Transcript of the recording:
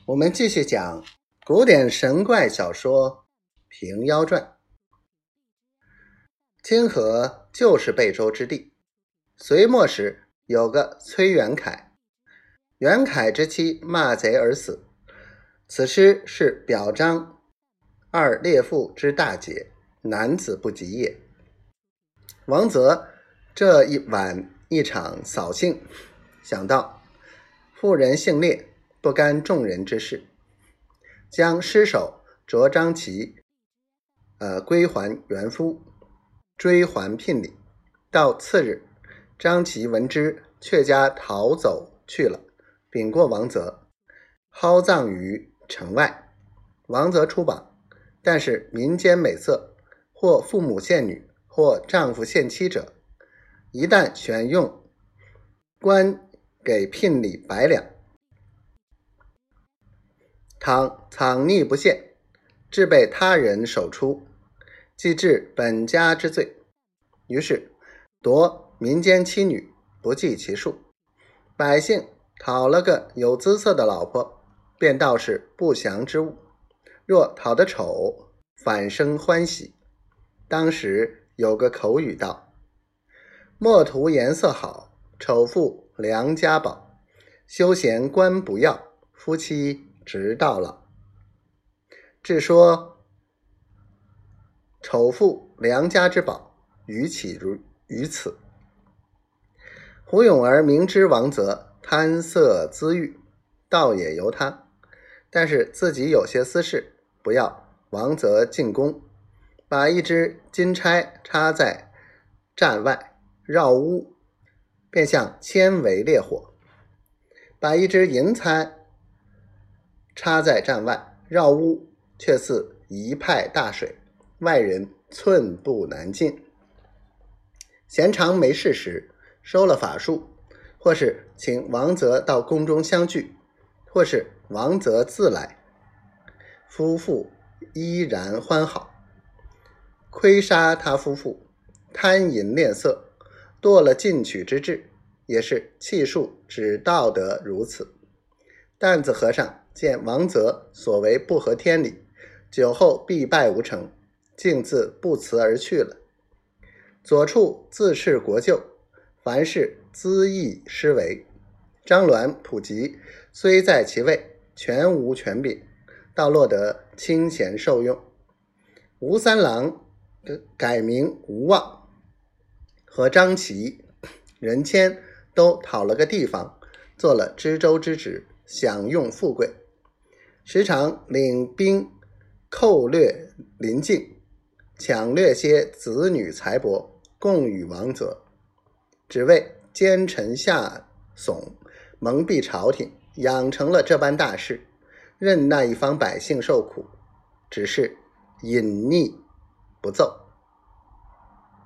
我们继续讲古典神怪小说《平妖传》。清河就是贝州之地，隋末时有个崔元凯，元凯之妻骂贼而死，此诗是表彰二烈妇之大节，男子不及也。王泽这一晚一场扫兴，想到妇人性烈，不干众人之事，将尸首着张齐归还原夫，追还聘礼。到次日，张齐闻之，却家逃走去了，禀过王泽，蒿葬于城外。王泽出榜，但是民间美色，或父母献女，或丈夫献妻者，一旦选用，官给聘礼100两，倘藏匿不献，致被他人手出，即治本家之罪。于是夺民间妻女，不计其数。百姓讨了个有姿色的老婆，便道是不祥之物，若讨得丑，反生欢喜。当时有个口语道：莫图颜色好，丑妇良家宝，休闲官不要，夫妻直到老。至说丑妇良家之宝，于起于此。胡永儿明知王泽贪色滋欲，倒也由他，但是自己有些私事，不要王泽进宫，把一只金钗插在站外绕屋，便像千围烈火；把一只银钗插在站外绕屋，却似一派大水，外人寸步难进。闲常没事时，收了法术，或是请王泽到宫中相聚，或是王泽自来，夫妇依然欢好。亏杀他夫妇，贪淫恋色，堕了进取之志，也是气数只道得如此。担子和尚见王泽所为不合天理，酒后必败无成，径自不辞而去了。左处自恃国舅，凡事恣意施为。张鸾、溥吉虽在其位，全无权柄，倒落得清闲受用。吴三郎改名吴望，和张齐、任谦都讨了个地方，做了知州之职，享用富贵，时常领兵寇掠邻境，抢掠些子女财帛，供与王泽，只为奸臣下怂，蒙蔽朝廷，养成了这般大事，任那一方百姓受苦，只是隐匿不奏。